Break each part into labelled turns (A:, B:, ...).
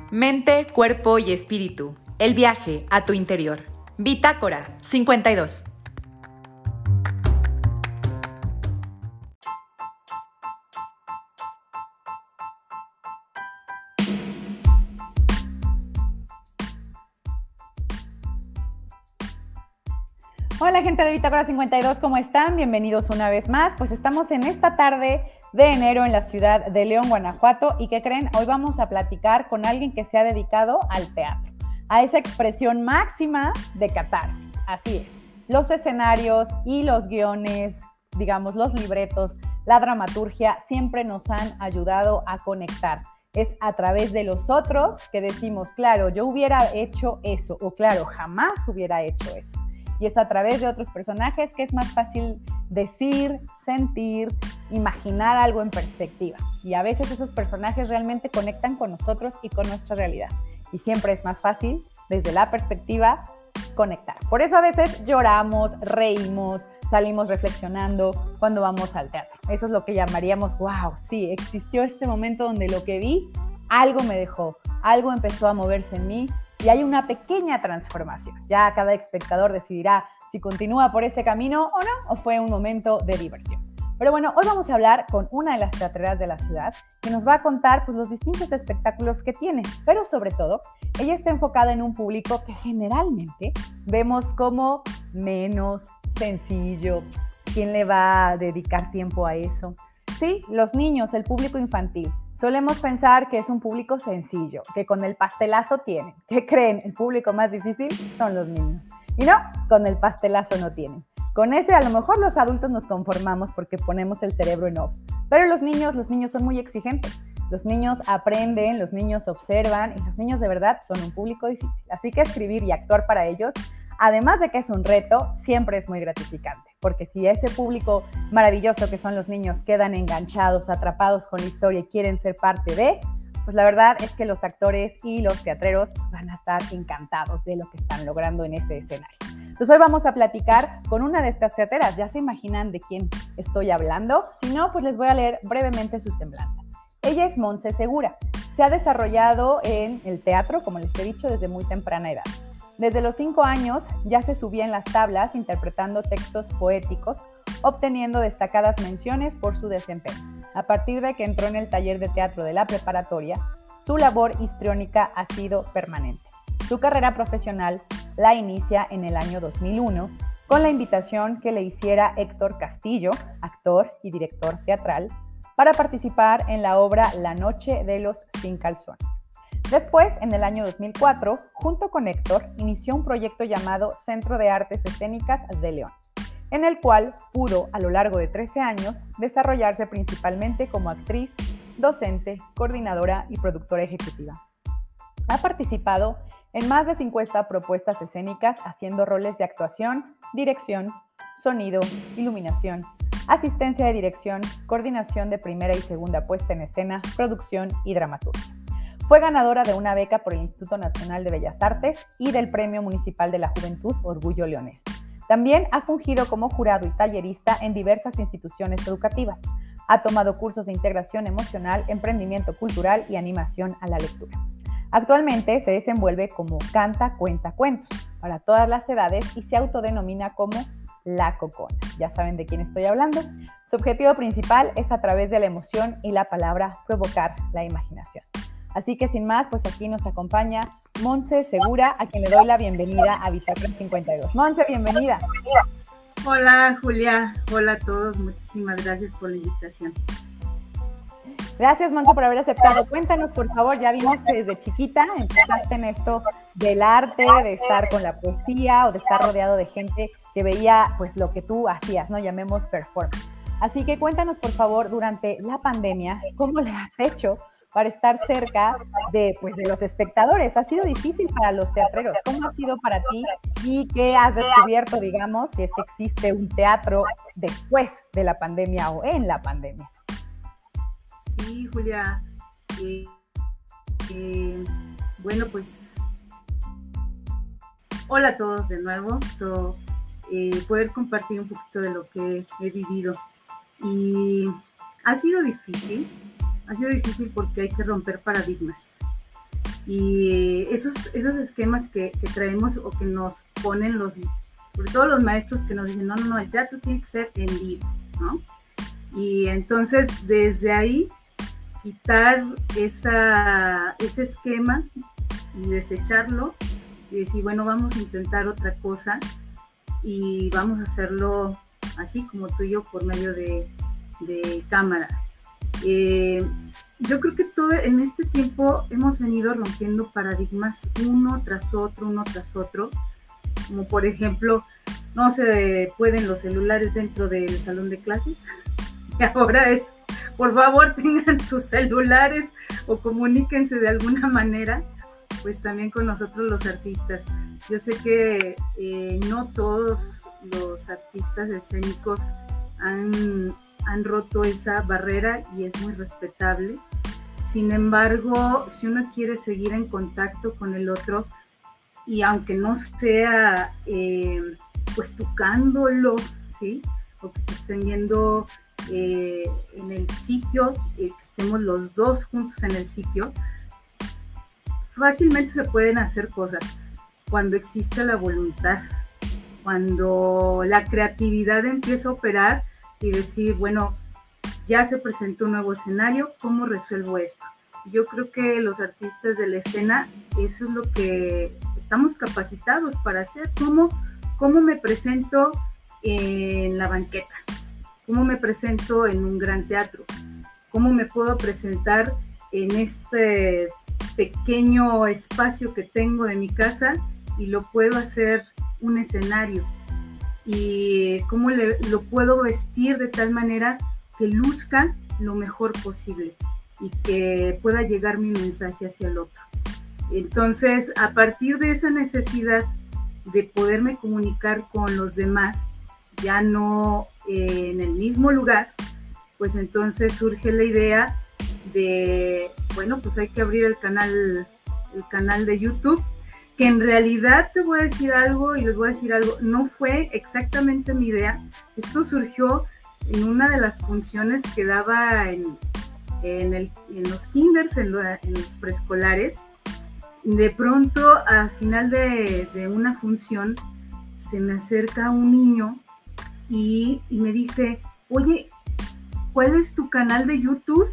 A: Mente, cuerpo y espíritu. El viaje a tu interior. Bitácora 52.
B: Hola gente de Bitácora 52, ¿cómo están? Bienvenidos una vez más. Pues estamos en esta tarde de enero en la ciudad de León, Guanajuato. ¿Y qué creen? Hoy vamos a platicar con alguien que se ha dedicado al teatro, a esa expresión máxima de catarsis. Así es, los escenarios y los guiones, digamos los libretos, la dramaturgia siempre nos han ayudado a conectar. Es a través de los otros que decimos, claro, yo hubiera hecho eso, o claro, jamás hubiera hecho eso. Y es a través de otros personajes que es más fácil decir, sentir, imaginar algo en perspectiva. Y a veces esos personajes realmente conectan con nosotros y con nuestra realidad. Y siempre es más fácil, desde la perspectiva, conectar. Por eso a veces lloramos, reímos, salimos reflexionando cuando vamos al teatro. Eso es lo que llamaríamos, wow, sí, existió este momento donde lo que vi, algo me dejó, algo empezó a moverse en mí, y hay una pequeña transformación. Ya cada espectador decidirá si continúa por ese camino o no, o fue un momento de diversión. Pero bueno, hoy vamos a hablar con una de las teatreras de la ciudad que nos va a contar pues, los distintos espectáculos que tiene, pero sobre todo, ella está enfocada en un público que generalmente vemos como menos sencillo. ¿Quién le va a dedicar tiempo a eso? Sí, los niños, el público infantil. Solemos pensar que es un público sencillo, que con el pastelazo tienen. ¿Qué creen? El público más difícil son los niños. Y no, con el pastelazo no tienen. Con ese a lo mejor los adultos nos conformamos porque ponemos el cerebro en off. Pero los niños son muy exigentes. Los niños aprenden, los niños observan y los niños de verdad son un público difícil. Así que escribir y actuar para ellos, además de que es un reto, siempre es muy gratificante, porque si ese público maravilloso que son los niños quedan enganchados, atrapados con la historia y quieren ser parte de, pues la verdad es que los actores y los teatreros van a estar encantados de lo que están logrando en ese escenario. Entonces hoy vamos a platicar con una de estas teatreras. ¿Ya se imaginan de quién estoy hablando? Si no, pues les voy a leer brevemente su semblanza. Ella es Montse Segura. Se ha desarrollado en el teatro, como les he dicho, desde muy temprana edad. Desde los 5 años ya se subía en las tablas interpretando textos poéticos, obteniendo destacadas menciones por su desempeño. A partir de que entró en el taller de teatro de la preparatoria, su labor histriónica ha sido permanente. Su carrera profesional la inicia en el año 2001 con la invitación que le hiciera Héctor Castillo, actor y director teatral, para participar en la obra La Noche de los Sin Calzones. Después, en el año 2004, junto con Héctor, inició un proyecto llamado Centro de Artes Escénicas de León, en el cual pudo, a lo largo de 13 años, desarrollarse principalmente como actriz, docente, coordinadora y productora ejecutiva. Ha participado en más de 50 propuestas escénicas haciendo roles de actuación, dirección, sonido, iluminación, asistencia de dirección, coordinación de primera y segunda puesta en escena, producción y dramaturgia. Fue ganadora de una beca por el Instituto Nacional de Bellas Artes y del Premio Municipal de la Juventud Orgullo Leonés. También ha fungido como jurado y tallerista en diversas instituciones educativas. Ha tomado cursos de integración emocional, emprendimiento cultural y animación a la lectura. Actualmente se desenvuelve como canta, cuenta cuentos para todas las edades y se autodenomina como La Cocona. Ya saben de quién estoy hablando. Su objetivo principal es a través de la emoción y la palabra provocar la imaginación. Así que sin más, pues aquí nos acompaña Montse Segura, a quien le doy la bienvenida a Bitácora 52. Montse, bienvenida.
C: Hola Julia, hola a todos, muchísimas gracias por la invitación.
B: Gracias Montse por haber aceptado. Cuéntanos por favor, ya vimos que desde chiquita empezaste en esto del arte, de estar con la poesía o de estar rodeado de gente que veía pues lo que tú hacías, ¿no? Llamemos performance. Así que cuéntanos por favor, durante la pandemia, ¿cómo le has hecho para estar cerca de los espectadores? ¿Ha sido difícil para los teatreros? ¿Cómo ha sido para ti? ¿Y qué has descubierto, digamos, si es que existe un teatro después de la pandemia o en la pandemia?
C: Sí, Julia. Bueno, pues, hola a todos de nuevo. Poder compartir un poquito de lo que he vivido. Y ha sido difícil porque hay que romper paradigmas. Y esos esquemas que traemos o que nos ponen sobre todo los maestros que nos dicen, no, el teatro tiene que ser en vivo, ¿no? Y entonces desde ahí quitar ese esquema y desecharlo y decir, bueno, vamos a intentar otra cosa y vamos a hacerlo así como tú y yo por medio de cámara. Yo creo que todo en este tiempo hemos venido rompiendo paradigmas uno tras otro, como por ejemplo, no se pueden los celulares dentro del salón de clases, y ahora es, por favor, tengan sus celulares o comuníquense de alguna manera, pues también con nosotros los artistas. Yo sé que no todos los artistas escénicos han roto esa barrera y es muy respetable. Sin embargo, si uno quiere seguir en contacto con el otro, y aunque no sea pues tocándolo, ¿sí? O que estén viendo en el sitio, que estemos los dos juntos en el sitio, fácilmente se pueden hacer cosas cuando existe la voluntad, cuando la creatividad empieza a operar y decir, bueno, ya se presentó un nuevo escenario, ¿cómo resuelvo esto? Yo creo que los artistas de la escena, eso es lo que estamos capacitados para hacer. ¿Cómo me presento en la banqueta? ¿Cómo me presento en un gran teatro? ¿Cómo me puedo presentar en este pequeño espacio que tengo de mi casa y lo puedo hacer un escenario? ¿Y cómo lo puedo vestir de tal manera que luzca lo mejor posible y que pueda llegar mi mensaje hacia el otro? Entonces, a partir de esa necesidad de poderme comunicar con los demás, ya no en el mismo lugar, pues entonces surge la idea de, bueno, pues hay que abrir el canal de YouTube, que en realidad te voy a decir algo y les voy a decir algo, no fue exactamente mi idea. Esto surgió en una de las funciones que daba en los kinders, en los preescolares. De pronto, al final de una función, se me acerca un niño y me dice, oye, ¿cuál es tu canal de YouTube?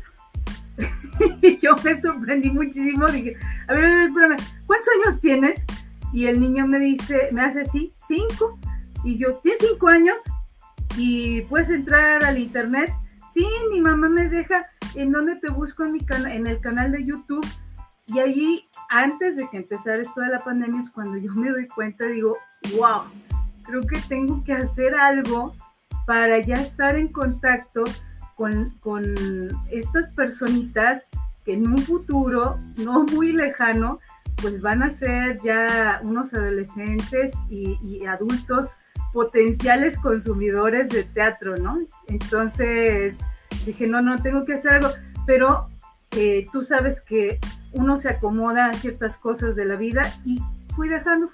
C: Y yo me sorprendí muchísimo, dije, a ver, espérame, ¿cuántos años tienes? Y el niño me hace así, 5, y yo, ¿tienes 5 años? ¿Y puedes entrar al internet? Sí, mi mamá me deja. ¿En dónde te busco? En el canal de YouTube. Y allí, antes de que empezara esto de la pandemia, es cuando yo me doy cuenta, digo, wow, creo que tengo que hacer algo para ya estar en contacto con estas personitas que en un futuro no muy lejano, pues van a ser ya unos adolescentes y adultos potenciales consumidores de teatro, ¿no? Entonces dije, no, tengo que hacer algo, pero tú sabes que uno se acomoda a ciertas cosas de la vida y fui dejando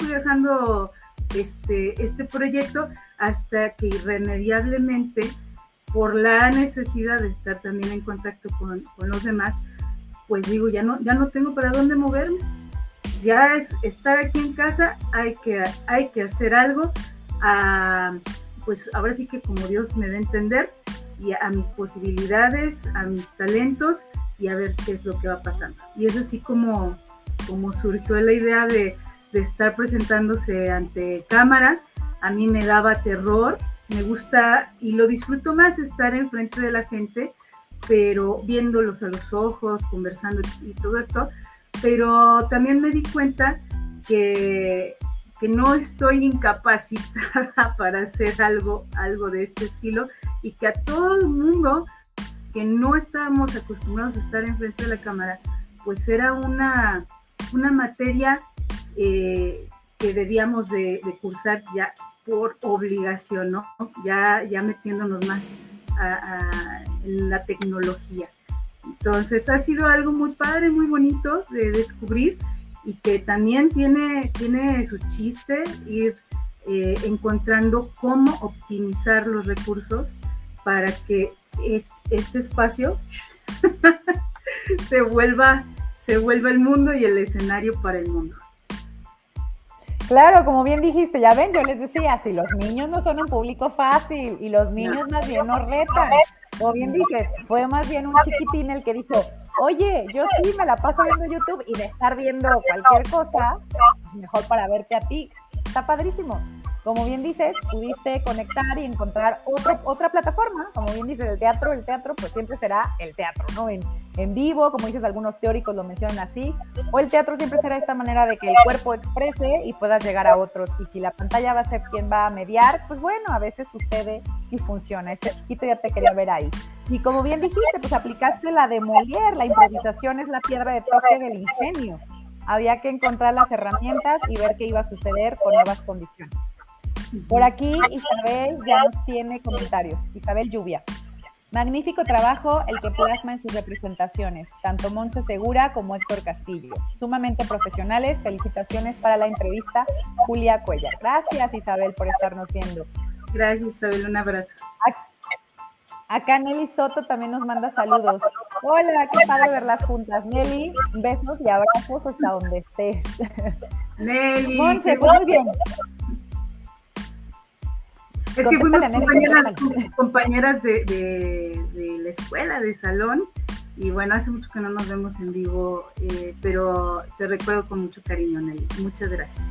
C: este proyecto hasta que irremediablemente, por la necesidad de estar también en contacto con los demás, pues digo, ya no tengo para dónde moverme. Ya es estar aquí en casa, hay que hacer algo, pues ahora sí que como Dios me dé a entender, y a mis posibilidades, a mis talentos, y a ver qué es lo que va pasando. Y es así como surgió la idea de estar presentándose ante cámara. A mí me daba terror, me gusta y lo disfruto más estar enfrente de la gente, pero viéndolos a los ojos, conversando y todo esto, pero también me di cuenta que no estoy incapacitada para hacer algo de este estilo, y que a todo el mundo que no estábamos acostumbrados a estar enfrente de la cámara, pues era una materia que debíamos de cursar ya por obligación, ¿no? Ya metiéndonos más en la tecnología. Entonces ha sido algo muy padre, muy bonito de descubrir, y que también tiene su chiste ir encontrando cómo optimizar los recursos para que este espacio se vuelva se vuelva el mundo y el escenario para el mundo.
B: Claro, como bien dijiste, ya ven, yo les decía, si los niños no son un público fácil y los niños más bien nos retan, como bien dices, fue más bien un chiquitín el que dijo, oye, yo sí me la paso viendo YouTube y de estar viendo cualquier cosa, mejor para verte a ti. Está padrísimo. Como bien dices, pudiste conectar y encontrar otra plataforma. Como bien dices, el teatro pues siempre será el teatro, ¿no? En vivo, como dices, algunos teóricos lo mencionan así, o el teatro siempre será esta manera de que el cuerpo exprese y puedas llegar a otros. Y si la pantalla va a ser quien va a mediar, pues bueno, a veces sucede y funciona. Este chiquito ya te quería ver ahí. Y como bien dijiste, pues aplicaste la de Molière, la improvisación es la piedra de toque del ingenio. Había que encontrar las herramientas y ver qué iba a suceder con nuevas condiciones. Por aquí Isabel ya nos tiene comentarios. Isabel Lluvia. Magnífico trabajo el que plasma en sus representaciones, tanto Montse Segura como Héctor Castillo. Sumamente profesionales. Felicitaciones para la entrevista, Julia Cuellar. Gracias, Isabel, por estarnos viendo.
C: Gracias, Isabel. Un abrazo.
B: Acá Nelly Soto también nos manda saludos. Hola, qué padre verlas juntas. Nelly, besos y abrazos hasta donde estés.
C: Nelly.
B: Montse, pues muy bien.
C: Es que fuimos compañeras de la escuela, de salón, y bueno, hace mucho que no nos vemos en vivo, pero te recuerdo con mucho cariño, Nelly. Muchas gracias.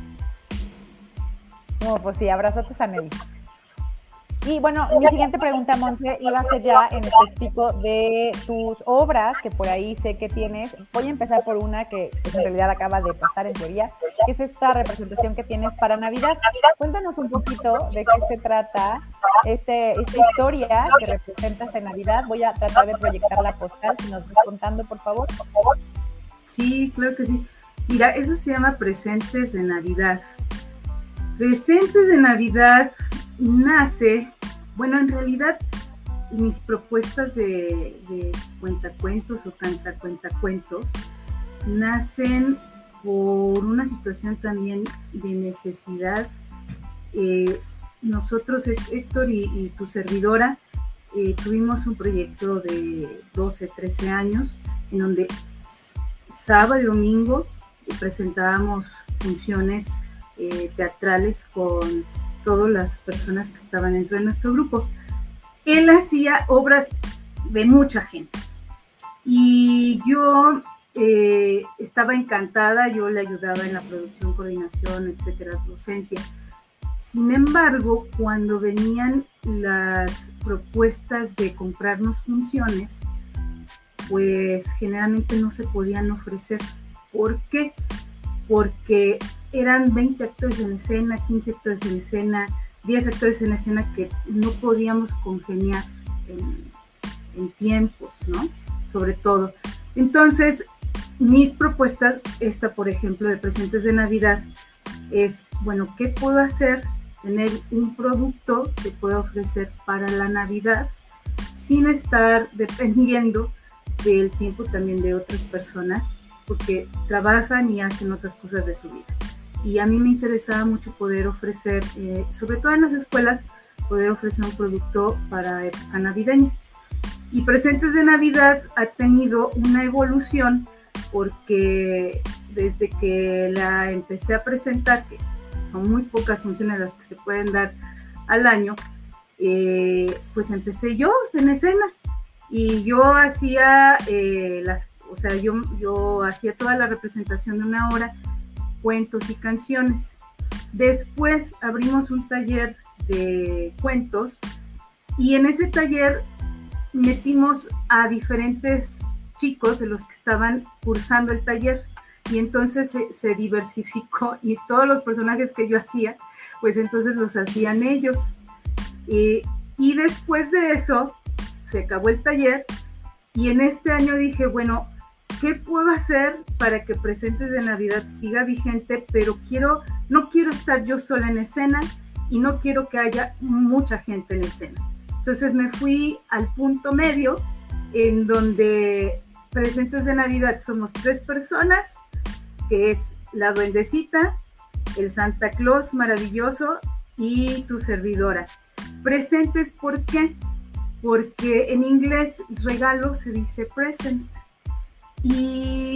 B: No, pues sí, abrazotes a Nelly. Y bueno, mi siguiente pregunta, Montse, iba a ser ya en específico de tus obras, que por ahí sé que tienes. Voy a empezar por una que pues, en realidad acaba de pasar en teoría, que es esta representación que tienes para Navidad. Cuéntanos un poquito de qué se trata esta historia que representas en Navidad. Voy a tratar de proyectar la postal, si nos vas contando, por favor.
C: Sí, claro que sí. Mira, eso se llama Presentes de Navidad. Presentes de Navidad nace, bueno, en realidad mis propuestas de cuentacuentos o cantacuentacuentos nacen por una situación también de necesidad. Nosotros, Héctor y tu servidora, tuvimos un proyecto de 12, 13 años en donde sábado y domingo presentábamos funciones teatrales con todas las personas que estaban dentro de nuestro grupo. Él hacía obras de mucha gente y yo estaba encantada, yo le ayudaba en la producción, coordinación, etcétera, docencia. Sin embargo, cuando venían las propuestas de comprarnos funciones, pues generalmente no se podían ofrecer. ¿Por qué? Porque eran 20 actores en escena, 15 actores en escena, 10 actores en escena que no podíamos congeniar en tiempos, ¿no? Sobre todo. Entonces, mis propuestas, esta por ejemplo de Presentes de Navidad, es, bueno, ¿qué puedo hacer? Tener un producto que pueda ofrecer para la Navidad sin estar dependiendo del tiempo también de otras personas, porque trabajan y hacen otras cosas de su vida. Y a mí me interesaba mucho poder ofrecer, sobre todo en las escuelas, poder ofrecer un producto para época navideña. Y Presentes de Navidad ha tenido una evolución porque desde que la empecé a presentar, que son muy pocas funciones las que se pueden dar al año, pues empecé yo en escena y yo hacía yo hacía toda la representación de una hora, cuentos y canciones. Después abrimos un taller de cuentos y en ese taller metimos a diferentes chicos de los que estaban cursando el taller y entonces se diversificó y todos los personajes que yo hacía, pues entonces los hacían ellos. Y después de eso se acabó el taller y en este año dije, bueno, ¿qué puedo hacer para que Presentes de Navidad siga vigente? Pero no quiero estar yo sola en escena y no quiero que haya mucha gente en escena. Entonces me fui al punto medio en donde Presentes de Navidad somos 3 personas, que es la duendecita, el Santa Claus maravilloso y tu servidora. Presentes, ¿por qué? Porque en inglés regalo se dice present. Y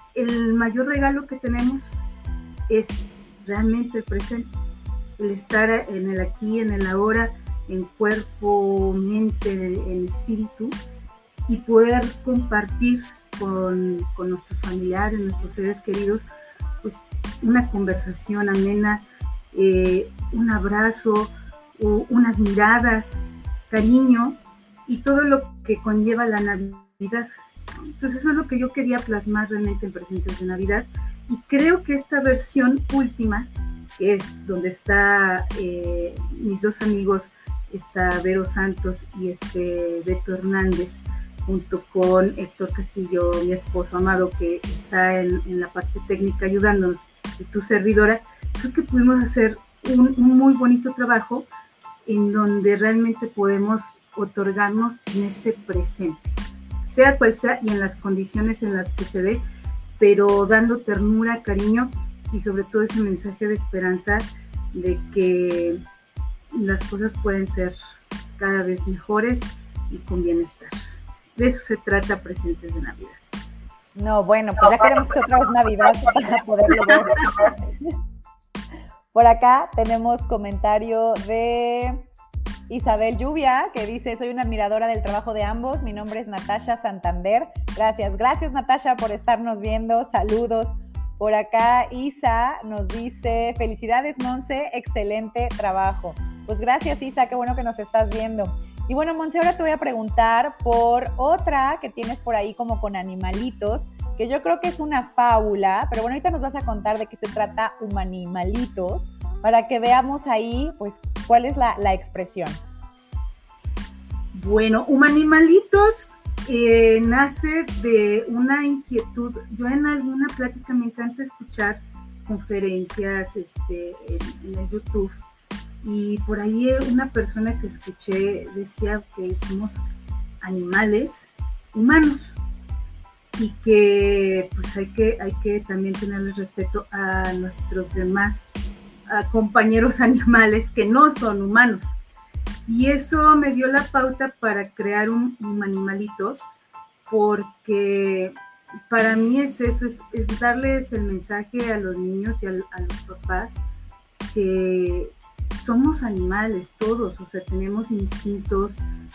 C: el mayor regalo que tenemos es realmente el presente, el estar en el aquí, en el ahora, en cuerpo, mente, en espíritu, y poder compartir con nuestros familiares, nuestros seres queridos, pues una conversación amena, un abrazo, unas miradas, cariño y todo lo que conlleva la Navidad. Entonces eso es lo que yo quería plasmar realmente en Presentes de Navidad, y creo que esta versión última, que es donde está mis dos amigos, está Vero Santos y Beto Hernández, junto con Héctor Castillo, mi esposo amado, que está en la parte técnica ayudándonos, y tu servidora, creo que pudimos hacer un muy bonito trabajo en donde realmente podemos otorgarnos en ese presente, sea cual sea y en las condiciones en las que se dé, pero dando ternura, cariño y sobre todo ese mensaje de esperanza de que las cosas pueden ser cada vez mejores y con bienestar. De eso se trata Presentes de Navidad.
B: No, bueno, pues ya queremos que otra vez Navidad para poderlo ver. Por acá tenemos comentario de Isabel Lluvia, que dice: soy una admiradora del trabajo de ambos, mi nombre es Natasha Santander. Gracias Natasha por estarnos viendo, saludos. Por acá Isa nos dice: felicidades Monse, excelente trabajo. Pues gracias Isa, qué bueno que nos estás viendo. Y bueno, Monse, ahora te voy a preguntar por otra que tienes por ahí como con animalitos, que yo creo que es una fábula, pero bueno, ahorita nos vas a contar de qué se trata Humanimalitos, para que veamos ahí, pues, cuál es la expresión.
C: Bueno, Humanimalitos nace de una inquietud. Yo en alguna plática me encanta escuchar conferencias en el YouTube, y por ahí una persona que escuché decía que somos animales humanos y que pues hay que también tenerle respeto a nuestros demás compañeros animales que no son humanos. Y eso me dio la pauta para crear un Humanimalitos, porque para mí es eso, es darles el mensaje a los niños y a los papás que somos animales todos, o sea, tenemos instintos,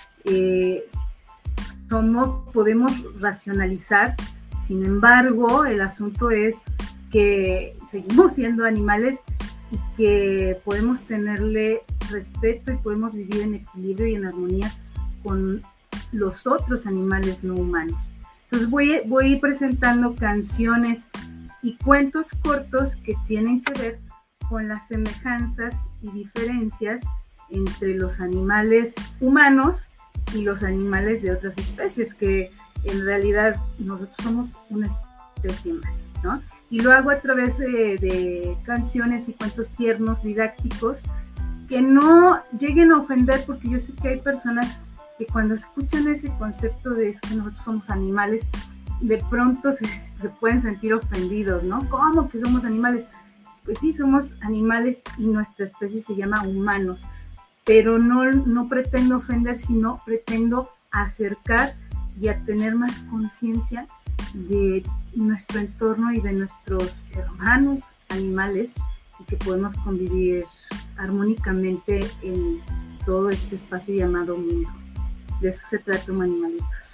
C: podemos racionalizar, sin embargo, el asunto es que seguimos siendo animales y que podemos tenerle respeto y podemos vivir en equilibrio y en armonía con los otros animales no humanos. Entonces voy presentando canciones y cuentos cortos que tienen que ver con las semejanzas y diferencias entre los animales humanos y los animales de otras especies, que en realidad nosotros somos una especie más, ¿no? Y lo hago a través de canciones y cuentos tiernos, didácticos, que no lleguen a ofender, porque yo sé que hay personas que cuando escuchan ese concepto de es que nosotros somos animales, de pronto se pueden sentir ofendidos, ¿no? ¿Cómo que somos animales? Pues sí, somos animales y nuestra especie se llama humanos, pero no pretendo ofender, sino pretendo acercar y a tener más conciencia de nuestro entorno y de nuestros hermanos animales, y que podemos convivir armónicamente en todo este espacio llamado mundo. De eso se trata Humanimalitos.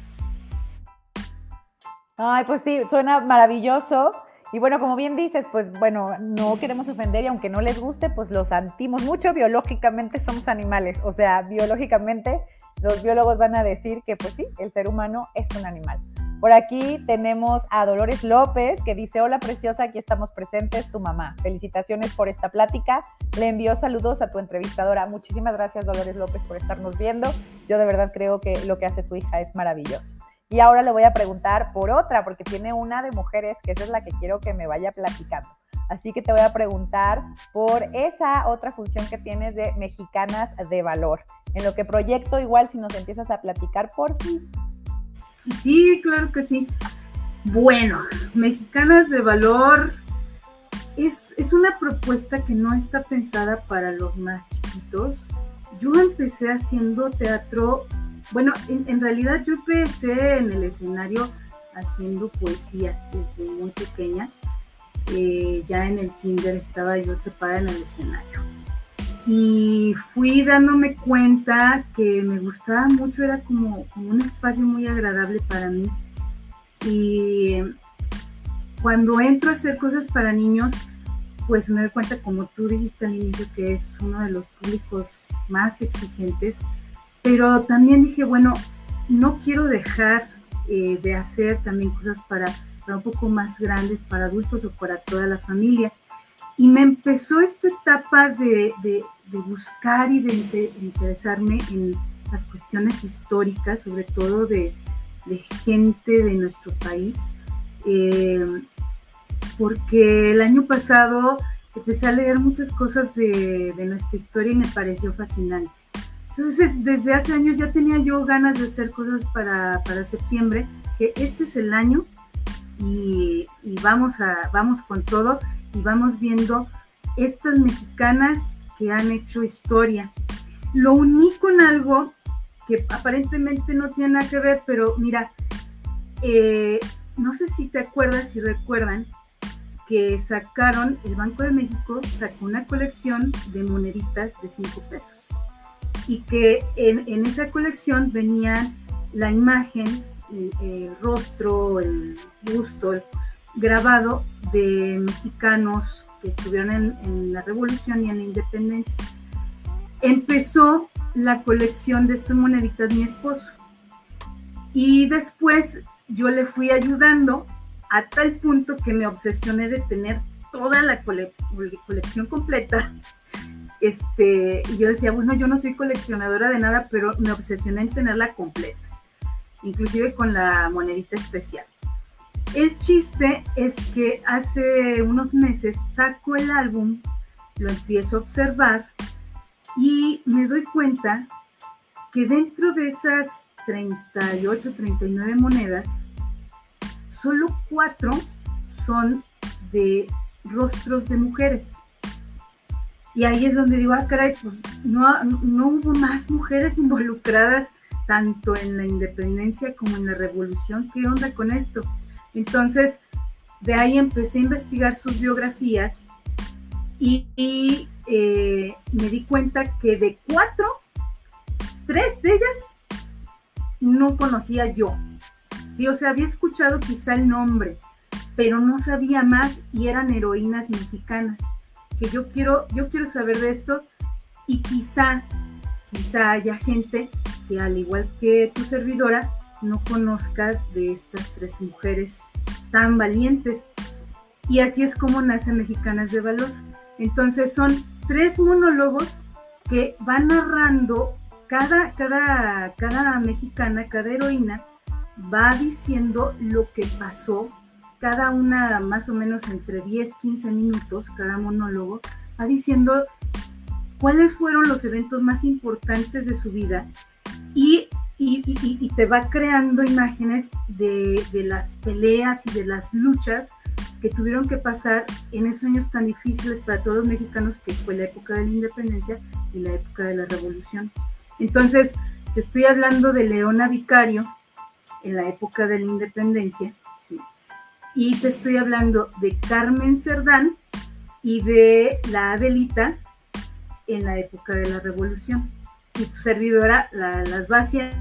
B: Ay, pues sí, suena maravilloso. Y bueno, como bien dices, pues bueno, no queremos ofender, y aunque no les guste, pues los sentimos mucho. Biológicamente somos animales, o sea, biológicamente los biólogos van a decir que pues sí, el ser humano es un animal. Por aquí tenemos a Dolores López, que dice: hola preciosa, aquí estamos presentes, tu mamá. Felicitaciones por esta plática. Le envío saludos a tu entrevistadora. Muchísimas gracias, Dolores López, por estarnos viendo. Yo de verdad creo que lo que hace tu hija es maravilloso. Y ahora le voy a preguntar por otra, porque tiene una de mujeres, que esa es la que quiero que me vaya platicando. Así que te voy a preguntar por esa otra función que tienes de Mexicanas de Valor. En lo que proyecto, igual si nos empiezas a platicar por ti.
C: Sí, claro que sí. Bueno, Mexicanas de Valor es una propuesta que no está pensada para los más chiquitos. Yo empecé haciendo teatro. Bueno, en realidad yo empecé en el escenario haciendo poesía desde muy pequeña. Ya en el kinder estaba yo trepada en el escenario. Y fui dándome cuenta que me gustaba mucho, era como un espacio muy agradable para mí. Y cuando entro a hacer cosas para niños, pues me doy cuenta, como tú dijiste al inicio, que es uno de los públicos más exigentes, pero también dije, bueno, no quiero dejar de hacer también cosas para un poco más grandes, para adultos o para toda la familia. Y me empezó esta etapa de buscar y de interesarme en las cuestiones históricas, sobre todo de gente de nuestro país, porque el año pasado empecé a leer muchas cosas de nuestra historia y me pareció fascinante. Entonces, desde hace años ya tenía yo ganas de hacer cosas para septiembre, que este es el año y vamos con todo y vamos viendo estas mexicanas que han hecho historia. Lo uní con algo que aparentemente no tiene nada que ver, pero mira, no sé si te acuerdas, si recuerdan, que el Banco de México sacó una colección de moneditas de 5 pesos y que en esa colección venían la imagen, el rostro, el busto, grabado de mexicanos que estuvieron en la Revolución y en la Independencia. Empezó la colección de estas moneditas mi esposo y después yo le fui ayudando a tal punto que me obsesioné de tener toda la colección completa. Y yo decía, bueno, yo no soy coleccionadora de nada, pero me obsesioné en tenerla completa, inclusive con la monedita especial. El chiste es que hace unos meses saco el álbum, lo empiezo a observar y me doy cuenta que dentro de esas 38, 39 monedas, solo 4 son de rostros de mujeres. Y ahí es donde digo, caray, pues no hubo más mujeres involucradas tanto en la independencia como en la revolución. ¿Qué onda con esto? Entonces, de ahí empecé a investigar sus biografías y me di cuenta que de 4, 3 de ellas no conocía yo. Sí, o sea, había escuchado quizá el nombre, pero no sabía más y eran heroínas mexicanas. Que yo quiero saber de esto y quizá haya gente que, al igual que tu servidora, no conozca de estas 3 mujeres tan valientes. Y así es como nacen Mexicanas de Valor. Entonces son 3 monólogos que van narrando cada mexicana, cada heroína va diciendo lo que pasó, cada una más o menos entre 10-15 minutos, cada monólogo, va diciendo cuáles fueron los eventos más importantes de su vida y te va creando imágenes de las peleas y de las luchas que tuvieron que pasar en esos años tan difíciles para todos los mexicanos, que fue la época de la independencia y la época de la revolución. Entonces, te estoy hablando de Leona Vicario en la época de la independencia, ¿sí? Y te estoy hablando de Carmen Cerdán y de la Adelita en la época de la revolución. Y tu servidora las va haciendo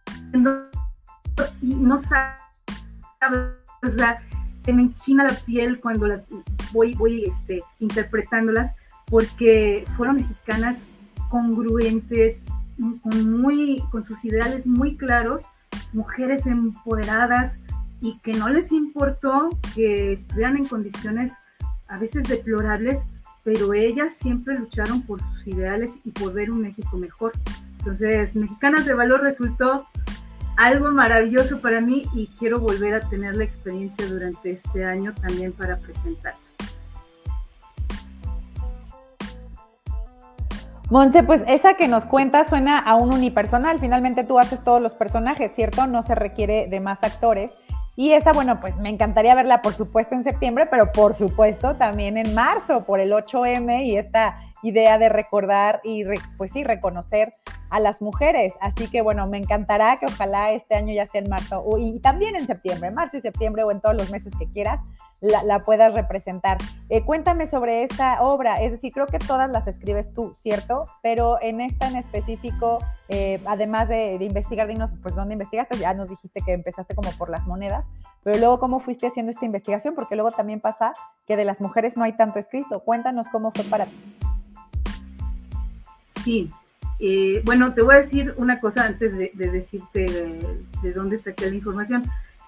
C: y no sabe, o sea, se me enchina la piel cuando las voy interpretándolas, porque fueron mexicanas congruentes, con sus ideales muy claros, mujeres empoderadas y que no les importó que estuvieran en condiciones a veces deplorables, pero ellas siempre lucharon por sus ideales y por ver un México mejor. Entonces, Mexicanas de Valor resultó algo maravilloso para mí y quiero volver a tener la experiencia durante este año también para presentarla.
B: Montse, pues esa que nos cuentas suena a un unipersonal. Finalmente tú haces todos los personajes, ¿cierto? No se requiere de más actores. Y esa, bueno, pues me encantaría verla, por supuesto, en septiembre, pero por supuesto también en marzo, por el 8M y esta idea de recordar y, pues sí, reconocer a las mujeres. Así que bueno, me encantará que ojalá este año ya sea en marzo y también en septiembre, marzo y septiembre o en todos los meses que quieras, la puedas representar. Cuéntame sobre esta obra, es decir, creo que todas las escribes tú, ¿cierto? Pero en esta en específico, además de investigar, dinos, pues, ¿dónde investigaste? Ya nos dijiste que empezaste como por las monedas, pero luego, ¿cómo fuiste haciendo esta investigación? Porque luego también pasa que de las mujeres no hay tanto escrito. Cuéntanos cómo fue para ti.
C: Sí, bueno, te voy a decir una cosa antes de decirte de dónde saqué la información.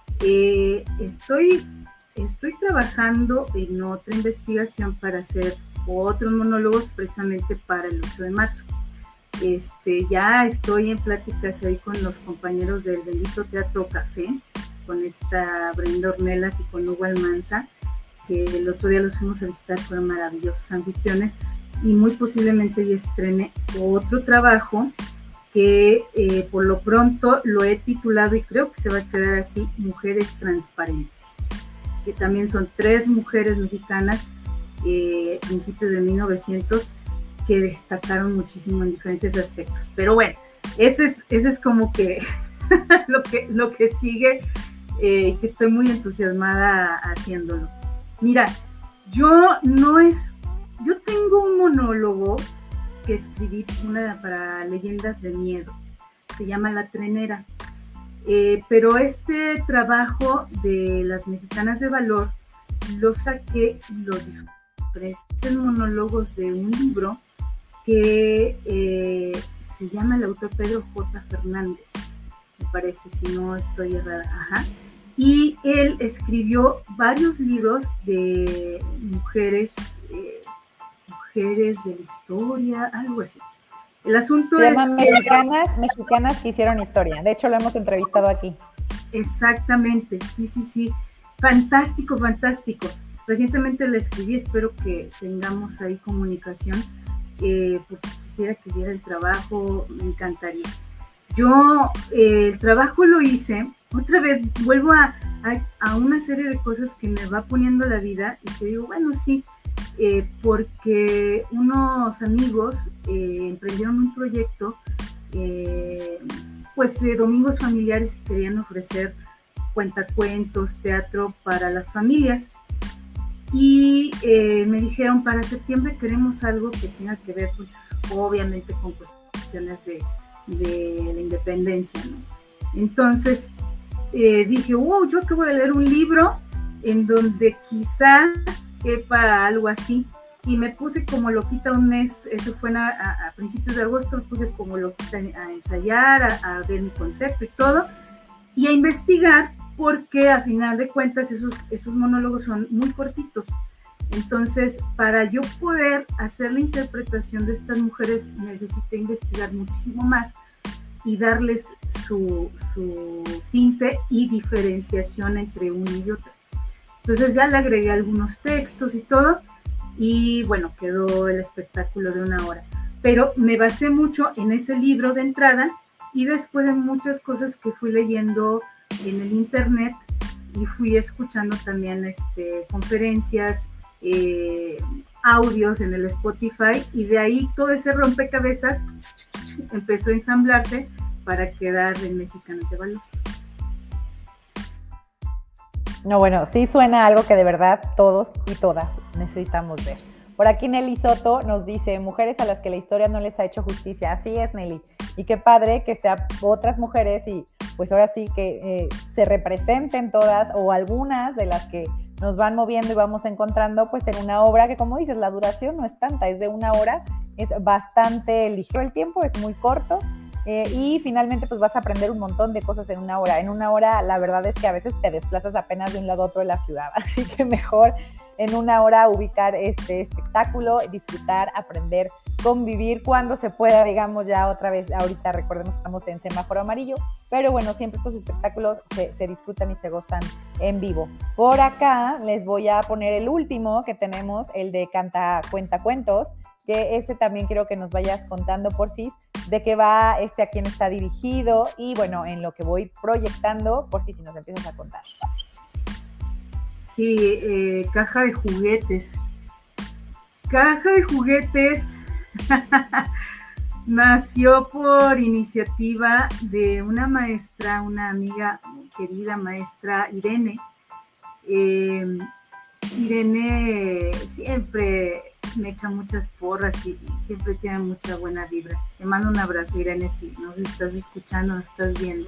C: Estoy trabajando en otra investigación para hacer otros monólogos precisamente para el 8 de marzo. Ya estoy en pláticas ahí con los compañeros del Bendito Teatro Café, con esta Brenda Ornelas y con Hugo Almanza, que el otro día los fuimos a visitar, fueron maravillosos anfitriones, y muy posiblemente ya estrene otro trabajo que por lo pronto lo he titulado, y creo que se va a quedar así, Mujeres Transparentes, que también son 3 mujeres mexicanas a principios de 1900 que destacaron muchísimo en diferentes aspectos. Pero bueno, ese es como que lo que sigue, que estoy muy entusiasmada haciéndolo. Mira, yo tengo un monólogo que escribí para Leyendas de Miedo, se llama La Trenera, pero este trabajo de las Mexicanas de Valor lo saqué los diferentes monólogos de un libro que se llama el autor Pedro J. Fernández, me parece, si no estoy errada. Ajá. Y él escribió varios libros de mujeres de la historia, algo así. El asunto
B: se llaman mexicanas que hicieron historia. De hecho, lo hemos entrevistado aquí.
C: Exactamente, sí. Fantástico. Recientemente le escribí, espero que tengamos ahí comunicación, porque quisiera que viera el trabajo, me encantaría. Yo el trabajo lo hice, otra vez vuelvo a una serie de cosas que me va poniendo la vida y que digo, bueno, sí, porque unos amigos emprendieron un proyecto, pues domingos familiares, y querían ofrecer cuentacuentos, teatro para las familias, y me dijeron, para septiembre queremos algo que tenga que ver, pues obviamente con cuestiones de la independencia, ¿no? Entonces dije, wow, yo acabo de leer un libro en donde quizá quepa algo así, y me puse como loquita un mes, eso fue a principios de agosto, me puse como loquita a ensayar, a ver mi concepto y todo, y a investigar, porque a final de cuentas esos monólogos son muy cortitos. Entonces, para yo poder hacer la interpretación de estas mujeres, necesité investigar muchísimo más y darles su tinte y diferenciación entre uno y otro. Entonces ya le agregué algunos textos y todo, y bueno, quedó el espectáculo de 1 hora. Pero me basé mucho en ese libro de entrada, y después en muchas cosas que fui leyendo en el internet, y fui escuchando también conferencias, audios en el Spotify, y de ahí todo ese rompecabezas empezó a ensamblarse para quedar en Mexicanas de Valor.
B: No, bueno, sí suena algo que de verdad todos y todas necesitamos ver. Por aquí Nelly Soto nos dice, mujeres a las que la historia no les ha hecho justicia. Así es, Nelly. Y qué padre que sean otras mujeres y pues ahora sí que se representen todas o algunas de las que nos van moviendo y vamos encontrando pues en una obra que, como dices, la duración no es tanta, es de 1 hora, es bastante ligero el tiempo, es muy corto. Y finalmente pues vas a aprender un montón de cosas en 1 hora. En 1 hora la verdad es que a veces te desplazas apenas de un lado a otro de la ciudad, así que mejor en 1 hora ubicar este espectáculo, disfrutar, aprender, convivir cuando se pueda, digamos ya otra vez, ahorita recordemos que estamos en semáforo amarillo, pero bueno, siempre estos espectáculos se disfrutan y se gozan en vivo. Por acá les voy a poner el último que tenemos, el de Cuentacuentos, que también quiero que nos vayas contando, porfis, de qué va, a quién está dirigido, y bueno, en lo que voy proyectando, porfis, si nos empiezas a contar.
C: Sí, Caja de Juguetes. Caja de Juguetes nació por iniciativa de una maestra, una amiga, querida maestra Irene. Irene siempre me echa muchas porras y siempre tiene mucha buena vibra. Te mando un abrazo, Irene, si nos estás escuchando, nos estás viendo.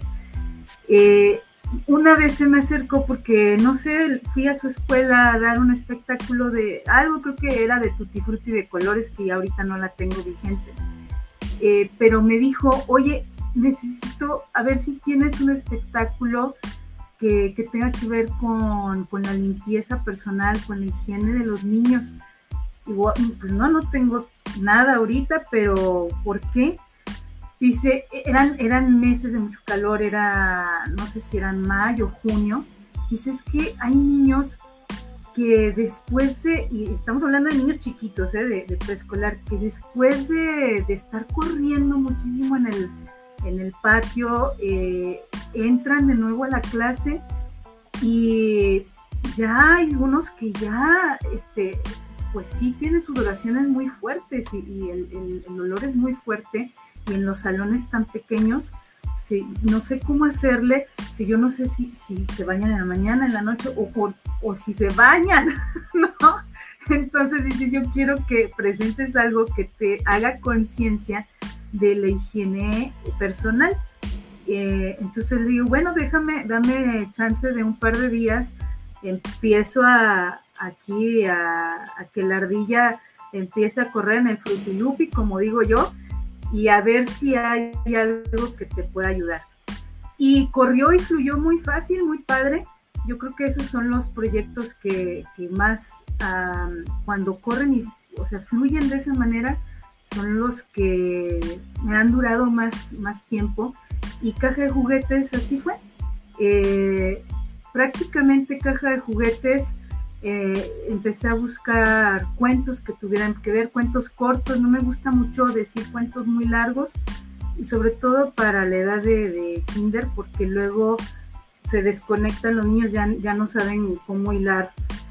C: Una vez se me acercó porque, no sé, fui a su escuela a dar un espectáculo de algo, creo que era de Tutti Frutti de colores, que ya ahorita no la tengo vigente. Pero me dijo, oye, necesito a ver si tienes un espectáculo que tenga que ver con la limpieza personal, con la higiene de los niños. Igual, pues no tengo nada ahorita, pero ¿por qué? Dice, eran meses de mucho calor, no sé si eran mayo, junio. Dice, es que hay niños que después y estamos hablando de niños chiquitos, de preescolar, que después de estar corriendo muchísimo en el patio, entran de nuevo a la clase y ya hay algunos que ya, pues sí tienen sudoraciones muy fuertes y el olor es muy fuerte, y en los salones tan pequeños, no sé cómo hacerle, yo no sé si se bañan en la mañana, en la noche, o si se bañan, ¿no? Entonces dice, yo quiero que presentes algo que te haga conciencia de la higiene personal. Entonces le digo, bueno, dame chance de un par de días, empiezo a que la ardilla empiece a correr en el frutilupi, como digo yo, y a ver si hay algo que te pueda ayudar. Y corrió y fluyó muy fácil, muy padre. Yo creo que esos son los proyectos que más, cuando corren fluyen de esa manera, son los que me han durado más tiempo. Y Caja de Juguetes así fue. Prácticamente Caja de Juguetes, empecé a buscar cuentos que tuvieran que ver, cuentos cortos. No me gusta mucho decir cuentos muy largos, y sobre todo para la edad de kinder, porque luego se desconectan los niños, ya no saben cómo hilar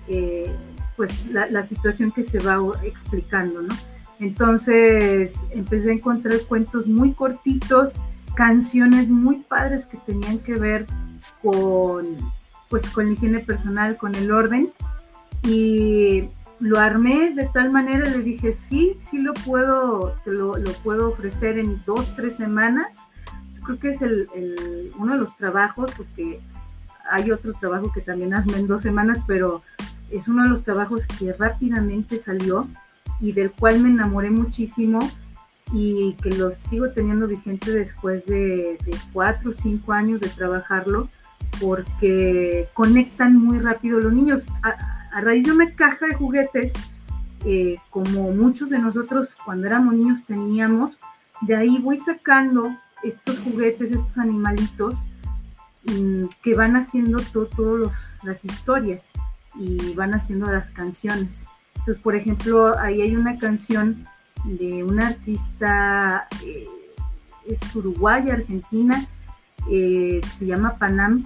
C: pues la situación que se va explicando, ¿no? Entonces empecé a encontrar cuentos muy cortitos, canciones muy padres que tenían que ver con la higiene personal, con el orden, y lo armé de tal manera, le dije, sí lo puedo ofrecer en 2-3 semanas. Yo creo que es uno de los trabajos, porque hay otro trabajo que también armé en 2 semanas, pero es uno de los trabajos que rápidamente salió y del cual me enamoré muchísimo, y que lo sigo teniendo vigente después de 4 o 5 años de trabajarlo, porque conectan muy rápido los niños. A raíz de una caja de juguetes, como muchos de nosotros cuando éramos niños teníamos, de ahí voy sacando estos juguetes, estos animalitos, que van haciendo todas las historias y van haciendo las canciones. Entonces, por ejemplo, ahí hay una canción de una artista, es uruguaya, argentina, que se llama Panam,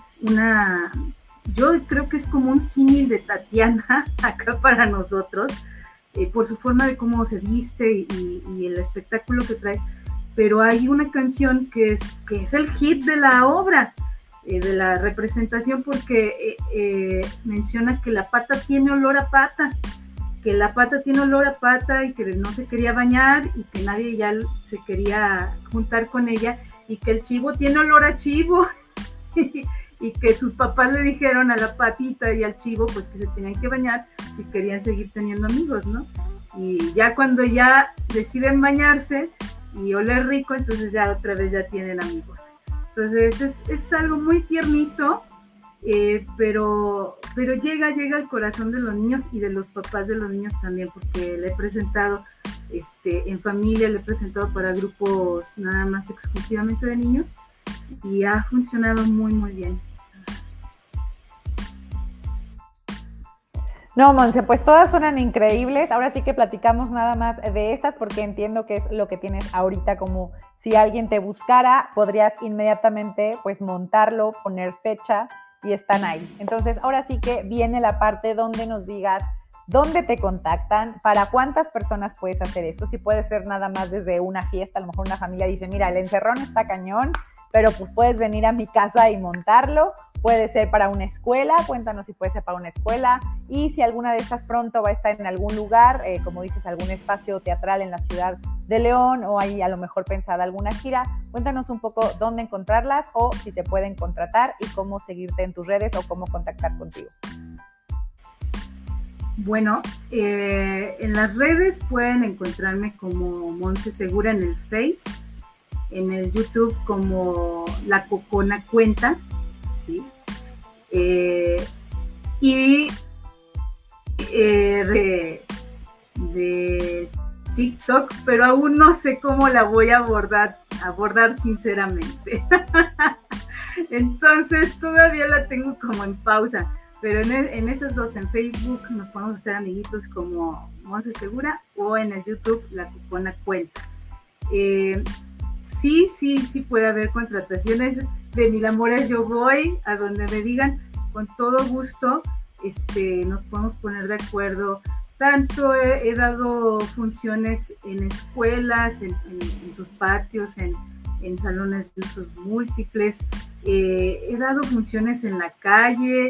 C: yo creo que es como un símil de Tatiana acá para nosotros, por su forma de cómo se viste y el espectáculo que trae, pero hay una canción que es el hit de la obra, de la representación, porque menciona que la pata tiene olor a pata, y que no se quería bañar y que nadie ya se quería juntar con ella, y que el chivo tiene olor a chivo y que sus papás le dijeron a la patita y al chivo pues que se tenían que bañar si querían seguir teniendo amigos, ¿no? Y ya cuando ya deciden bañarse y oler rico, entonces ya otra vez ya tienen amigos. Entonces es algo muy tiernito, pero llega al corazón de los niños y de los papás de los niños también, porque le he presentado en familia, le he presentado para grupos nada más exclusivamente de niños, y ha funcionado muy, muy bien.
B: No, Monse, pues todas suenan increíbles. Ahora sí que platicamos nada más de estas, porque entiendo que es lo que tienes ahorita, como si alguien te buscara, podrías inmediatamente pues montarlo, poner fecha y están ahí. Entonces, ahora sí que viene la parte donde nos digas dónde te contactan, para cuántas personas puedes hacer esto, si puede ser nada más desde una fiesta, a lo mejor una familia dice, mira, el encerrón está cañón, pero pues puedes venir a mi casa y montarlo, puede ser para una escuela, cuéntanos si puede ser para una escuela, y si alguna de estas pronto va a estar en algún lugar, como dices, algún espacio teatral en la ciudad de León, o hay a lo mejor pensada alguna gira, cuéntanos un poco dónde encontrarlas, o si te pueden contratar, y cómo seguirte en tus redes, o cómo contactar contigo.
C: Bueno, en las redes pueden encontrarme como Monse Segura en el Face, en el YouTube como La Cocona Cuenta, ¿sí? Y de TikTok, pero aún no sé cómo la voy a abordar sinceramente. Entonces todavía la tengo como en pausa, pero en esas dos, en Facebook nos podemos hacer amiguitos como Monse Segura, o en el YouTube La Cocona Cuenta. Sí puede haber contrataciones de Mil Amores. Yo voy a donde me digan, con todo gusto, nos podemos poner de acuerdo. Tanto he dado funciones en escuelas, en sus patios, en salones de usos múltiples, he dado funciones en la calle,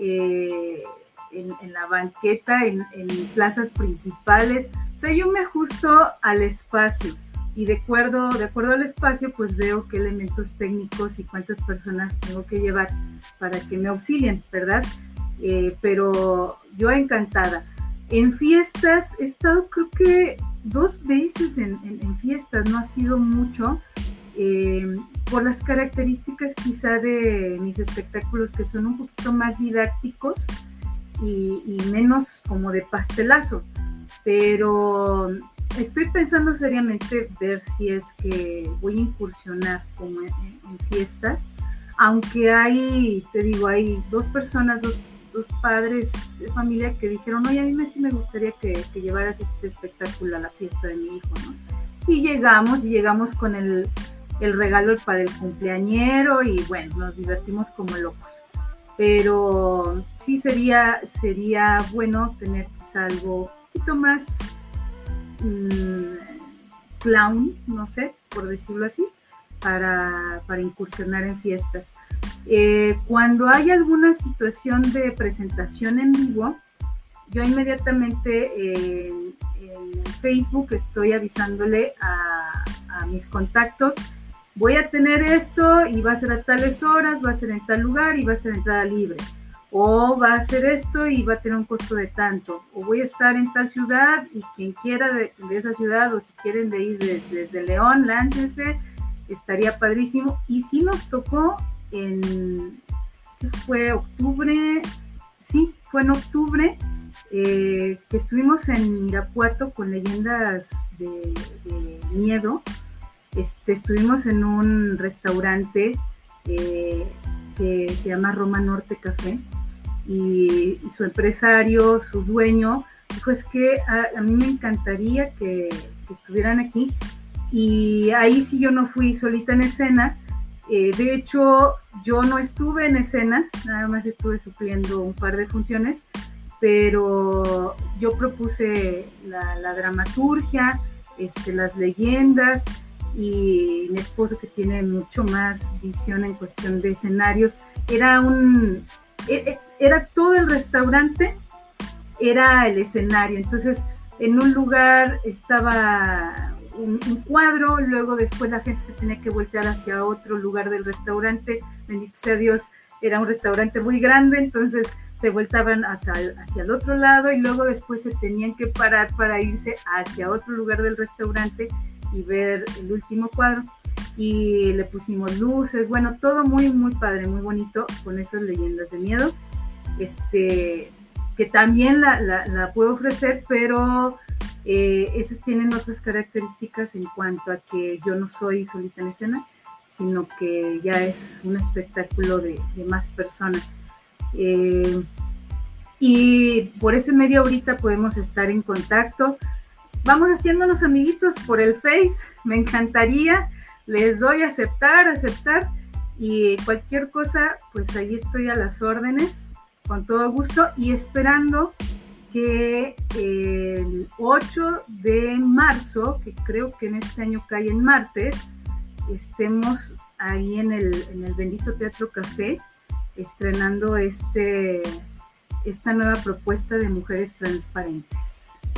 C: en la banqueta, en plazas principales. O sea, yo me ajusto al espacio, y de acuerdo al espacio, pues veo qué elementos técnicos y cuántas personas tengo que llevar para que me auxilien, ¿verdad? Pero yo encantada. En fiestas he estado, creo que 2 veces en fiestas, no ha sido mucho, por las características quizá de mis espectáculos, que son un poquito más didácticos y menos como de pastelazo, pero estoy pensando seriamente ver si es que voy a incursionar como en fiestas, aunque hay 2 personas, dos padres de familia que dijeron, oye, a mí sí me gustaría que llevaras este espectáculo a la fiesta de mi hijo, ¿no? Y llegamos con el regalo para el cumpleañero, y bueno, nos divertimos como locos. Pero sí sería bueno tener quizá algo un poquito más clown, no sé, por decirlo así, para incursionar en fiestas. Cuando hay alguna situación de presentación en vivo, yo inmediatamente en Facebook estoy avisándole a mis contactos, voy a tener esto y va a ser a tales horas, va a ser en tal lugar y va a ser entrada libre, o va a ser esto y va a tener un costo de tanto, o voy a estar en tal ciudad, y quien quiera de esa ciudad, o si quieren de ir desde León, láncense, estaría padrísimo. Y sí nos tocó fue octubre, que estuvimos en Irapuato con Leyendas de Miedo. Estuvimos en un restaurante que se llama Roma Norte Café, y su empresario, su dueño, dijo, es que a mí me encantaría que estuvieran aquí, y ahí sí yo no fui solita en escena. De hecho, yo no estuve en escena, nada más estuve supliendo un par de funciones, pero yo propuse la dramaturgia, las leyendas, y mi esposo, que tiene mucho más visión en cuestión de escenarios, era todo el restaurante, era el escenario. Entonces, en un lugar estaba un cuadro, luego después la gente se tenía que voltear hacia otro lugar del restaurante, bendito sea Dios, era un restaurante muy grande, entonces se voltaban hacia el otro lado, y luego después se tenían que parar para irse hacia otro lugar del restaurante y ver el último cuadro, y le pusimos luces, bueno, todo muy, muy padre, muy bonito, con esas leyendas de miedo, que también la puedo ofrecer, pero esas tienen otras características en cuanto a que yo no soy solita en escena, sino que ya es un espectáculo de más personas. Y por ese medio ahorita podemos estar en contacto. Vamos haciéndonos amiguitos por el Face, me encantaría, les doy a aceptar, y cualquier cosa, pues ahí estoy a las órdenes, con todo gusto, y esperando que el 8 de marzo, que creo que en este año cae en martes, estemos ahí en el Bendito Teatro Café, estrenando esta nueva propuesta de Mujeres Transparentes.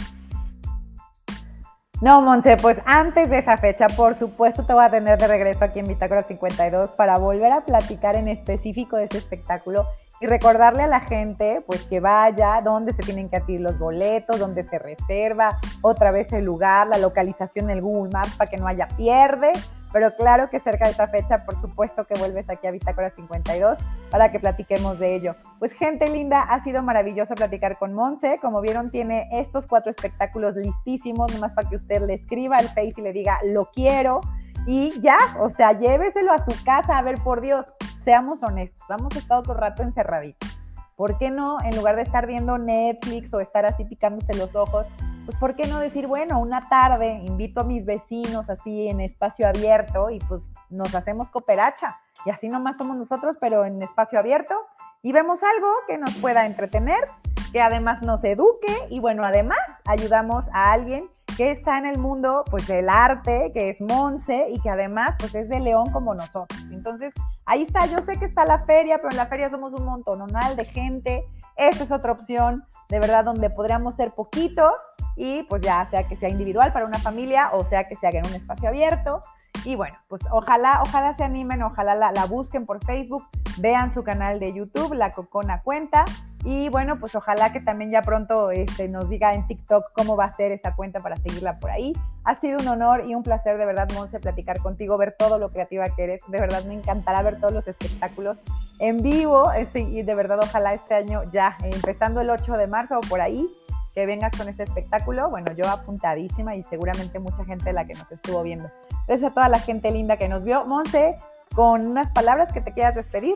B: No, Monse, pues antes de esa fecha, por supuesto, te voy a tener de regreso aquí en Bitácora 52 para volver a platicar en específico de este espectáculo y recordarle a la gente, pues, que vaya, dónde se tienen que adquirir los boletos, dónde se reserva, otra vez el lugar, la localización en el Google Maps para que no haya pierde. Pero claro que cerca de esa fecha, por supuesto que vuelves aquí a Bitácora 52 para que platiquemos de ello. Pues gente linda, ha sido maravilloso platicar con Monse. Como vieron, tiene estos 4 espectáculos listísimos, nomás para que usted le escriba al Face y le diga, lo quiero. Y ya, o sea, lléveselo a su casa. A ver, por Dios, seamos honestos, hemos estado todo el rato encerraditos. ¿Por qué no, en lugar de estar viendo Netflix o estar así picándose los ojos, pues ¿por qué no decir, bueno, una tarde invito a mis vecinos así en espacio abierto y pues nos hacemos cooperacha y así nomás somos nosotros, pero en espacio abierto y vemos algo que nos pueda entretener, que además nos eduque y bueno, además ayudamos a alguien que está en el mundo pues del arte, que es Monse y que además pues es de León como nosotros. Entonces, ahí está, yo sé que está la feria, pero en la feria somos un montonal de gente. Esa es otra opción, de verdad, donde podríamos ser poquitos y pues ya sea que sea individual para una familia o sea que se haga en un espacio abierto. Y bueno, pues ojalá se animen, ojalá la busquen por Facebook, vean su canal de YouTube, La Cocona Cuenta. Y bueno, pues ojalá que también ya pronto nos diga en TikTok cómo va a ser esa cuenta para seguirla por ahí. Ha sido un honor y un placer de verdad, Monse, platicar contigo, ver todo lo creativa que eres. De verdad me encantará ver todos los espectáculos en vivo y de verdad ojalá este año ya, empezando el 8 de marzo o por ahí, que vengas con este espectáculo. Bueno, yo apuntadísima y seguramente mucha gente de la que nos estuvo viendo. Gracias a toda la gente linda que nos vio. Monse, con unas palabras que te quieras despedir.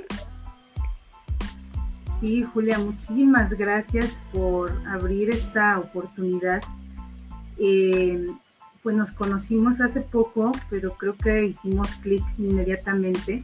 C: Sí, Julia, muchísimas gracias por abrir esta oportunidad. Pues nos conocimos hace poco, pero creo que hicimos clic inmediatamente.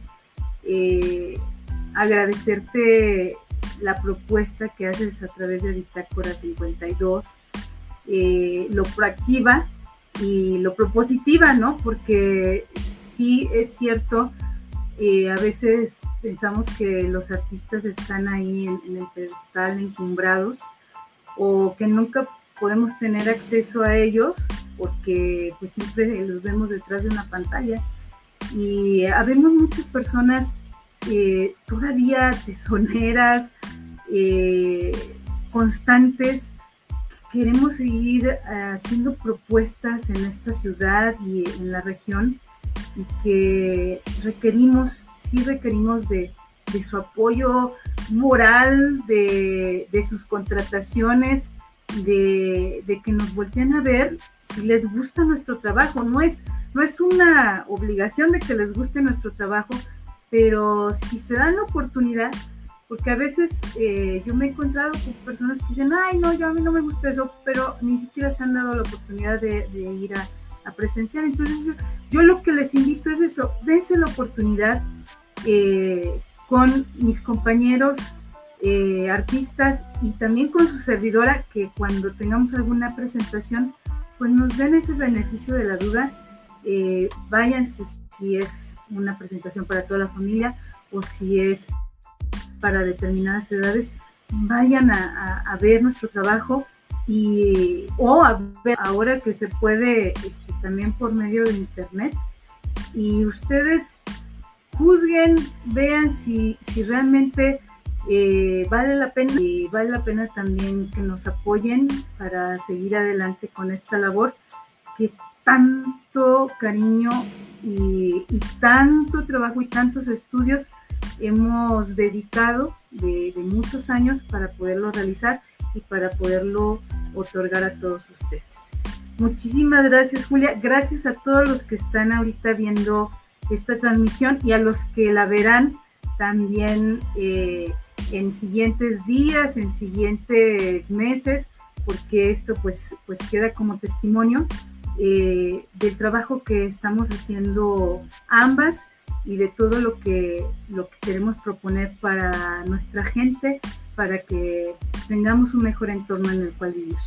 C: Agradecerte la propuesta que haces a través de Bitácora 52, lo proactiva y lo propositiva, ¿no? Porque sí es cierto, a veces pensamos que los artistas están ahí en el pedestal encumbrados o que nunca podemos tener acceso a ellos porque pues siempre los vemos detrás de una pantalla y habemos muchas personas todavía tesoneras, constantes, que queremos seguir haciendo propuestas en esta ciudad y en la región y que requerimos de su apoyo moral, de sus contrataciones, de que nos volteen a ver si les gusta nuestro trabajo. No es una obligación de que les guste nuestro trabajo, pero si se dan la oportunidad, porque a veces yo me he encontrado con personas que dicen, ay, no, a mí no me gusta eso, pero ni siquiera se han dado la oportunidad de ir a presenciar. Entonces yo lo que les invito es eso, dense la oportunidad con mis compañeros artistas y también con su servidora, que cuando tengamos alguna presentación, pues nos den ese beneficio de la duda. Váyanse si es una presentación para toda la familia o si es para determinadas edades, vayan a ver nuestro trabajo o a ver ahora que se puede también por medio de internet, y ustedes juzguen, vean si realmente vale la pena, y vale la pena también que nos apoyen para seguir adelante con esta labor que tanto cariño y tanto trabajo y tantos estudios hemos dedicado de muchos años para poderlo realizar y para poderlo otorgar a todos ustedes. Muchísimas gracias, Julia. Gracias a todos los que están ahorita viendo esta transmisión y a los que la verán también en siguientes días, en siguientes meses, porque esto pues queda como testimonio del trabajo que estamos haciendo ambas y de todo lo que queremos proponer para nuestra gente, para que tengamos un mejor entorno en el cual vivir.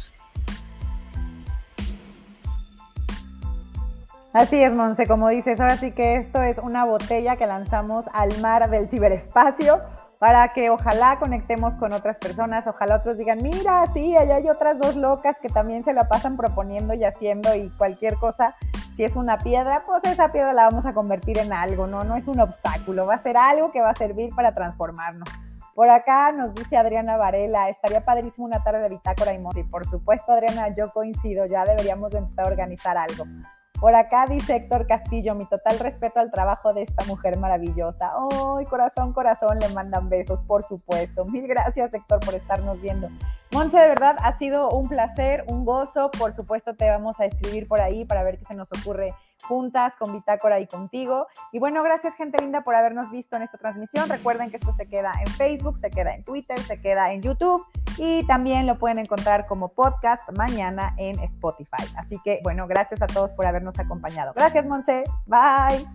B: Así es, Monse, como dices, ahora sí que esto es una botella que lanzamos al mar del ciberespacio para que ojalá conectemos con otras personas, ojalá otros digan, mira, sí, allá hay otras dos locas que también se la pasan proponiendo y haciendo y cualquier cosa, si es una piedra, pues esa piedra la vamos a convertir en algo, ¿no? No es un obstáculo, va a ser algo que va a servir para transformarnos. Por acá nos dice Adriana Varela, estaría padrísimo una tarde de bitácora y Monse. Por supuesto, Adriana, yo coincido, ya deberíamos de empezar a organizar algo. Por acá dice Héctor Castillo, mi total respeto al trabajo de esta mujer maravillosa. ¡Ay, corazón, corazón! Le mandan besos, por supuesto. Mil gracias, Héctor, por estarnos viendo. Monse, de verdad, ha sido un placer, un gozo. Por supuesto, te vamos a escribir por ahí para ver qué se nos ocurre juntas, con Bitácora y contigo. Y bueno, gracias, gente linda, por habernos visto en esta transmisión. Recuerden que esto se queda en Facebook, se queda en Twitter, se queda en YouTube y también lo pueden encontrar como podcast mañana en Spotify. Así que, bueno, gracias a todos por habernos acompañado. Gracias, Monse. Bye.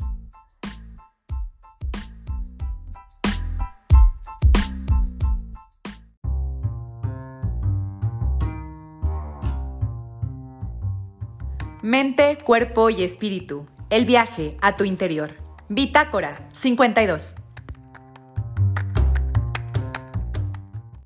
A: Mente, cuerpo y espíritu. El viaje a tu interior. Bitácora 52.